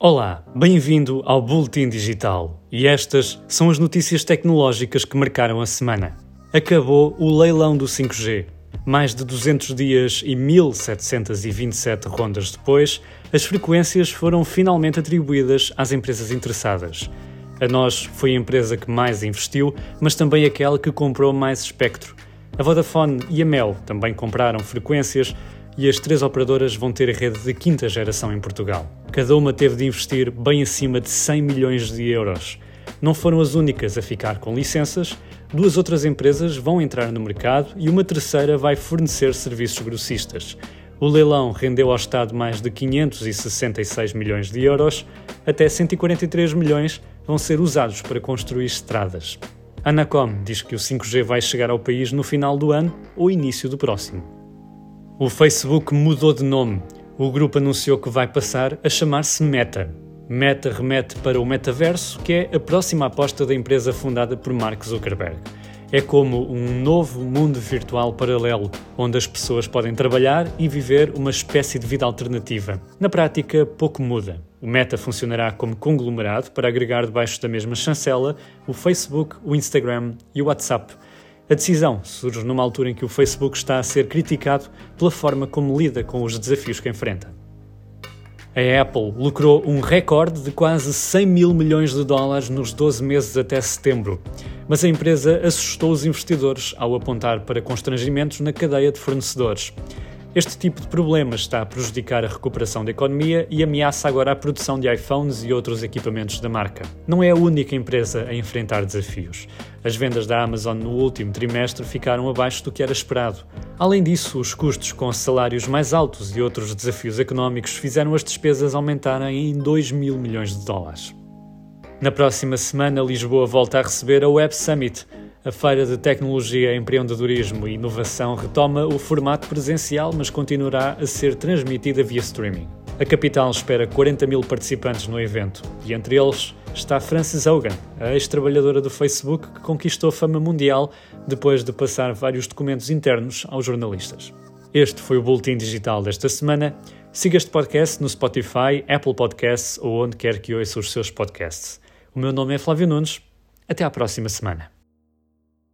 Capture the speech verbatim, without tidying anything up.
Olá, bem-vindo ao Boletim Digital e estas são as notícias tecnológicas que marcaram a semana. Acabou o leilão do cinco G. Mais de duzentos dias e mil setecentas e vinte e sete rondas depois, as frequências foram finalmente atribuídas às empresas interessadas. A Nós foi a empresa que mais investiu, mas também aquela que comprou mais espectro. A Vodafone e a Mel também compraram frequências e as três operadoras vão ter a rede de quinta geração em Portugal. Cada uma teve de investir bem acima de cem milhões de euros. Não foram as únicas a ficar com licenças, duas outras empresas vão entrar no mercado e uma terceira vai fornecer serviços grossistas. O leilão rendeu ao Estado mais de quinhentos e sessenta e seis milhões de euros, até cento e quarenta e três milhões vão ser usados para construir estradas. A Anacom diz que o cinco G vai chegar ao país no final do ano ou início do próximo. O Facebook mudou de nome. O grupo anunciou que vai passar a chamar-se Meta. Meta remete para o metaverso, que é a próxima aposta da empresa fundada por Mark Zuckerberg. É como um novo mundo virtual paralelo, onde as pessoas podem trabalhar e viver uma espécie de vida alternativa. Na prática, pouco muda. O Meta funcionará como conglomerado para agregar debaixo da mesma chancela o Facebook, o Instagram e o WhatsApp. A decisão surge numa altura em que o Facebook está a ser criticado pela forma como lida com os desafios que enfrenta. A Apple lucrou um recorde de quase cem mil milhões de dólares nos doze meses até setembro, mas a empresa assustou os investidores ao apontar para constrangimentos na cadeia de fornecedores. Este tipo de problemas está a prejudicar a recuperação da economia e ameaça agora a produção de iPhones e outros equipamentos da marca. Não é a única empresa a enfrentar desafios. As vendas da Amazon no último trimestre ficaram abaixo do que era esperado. Além disso, os custos com salários mais altos e outros desafios económicos fizeram as despesas aumentarem em dois mil milhões de dólares. Na próxima semana, Lisboa volta a receber a Web Summit. A Feira de Tecnologia, Empreendedorismo e Inovação retoma o formato presencial, mas continuará a ser transmitida via streaming. A capital espera quarenta mil participantes no evento, e entre eles está Frances Haugen, a ex-trabalhadora do Facebook que conquistou fama mundial depois de passar vários documentos internos aos jornalistas. Este foi o Boletim Digital desta semana. Siga este podcast no Spotify, Apple Podcasts ou onde quer que ouça os seus podcasts. O meu nome é Flávio Nunes. Até à próxima semana.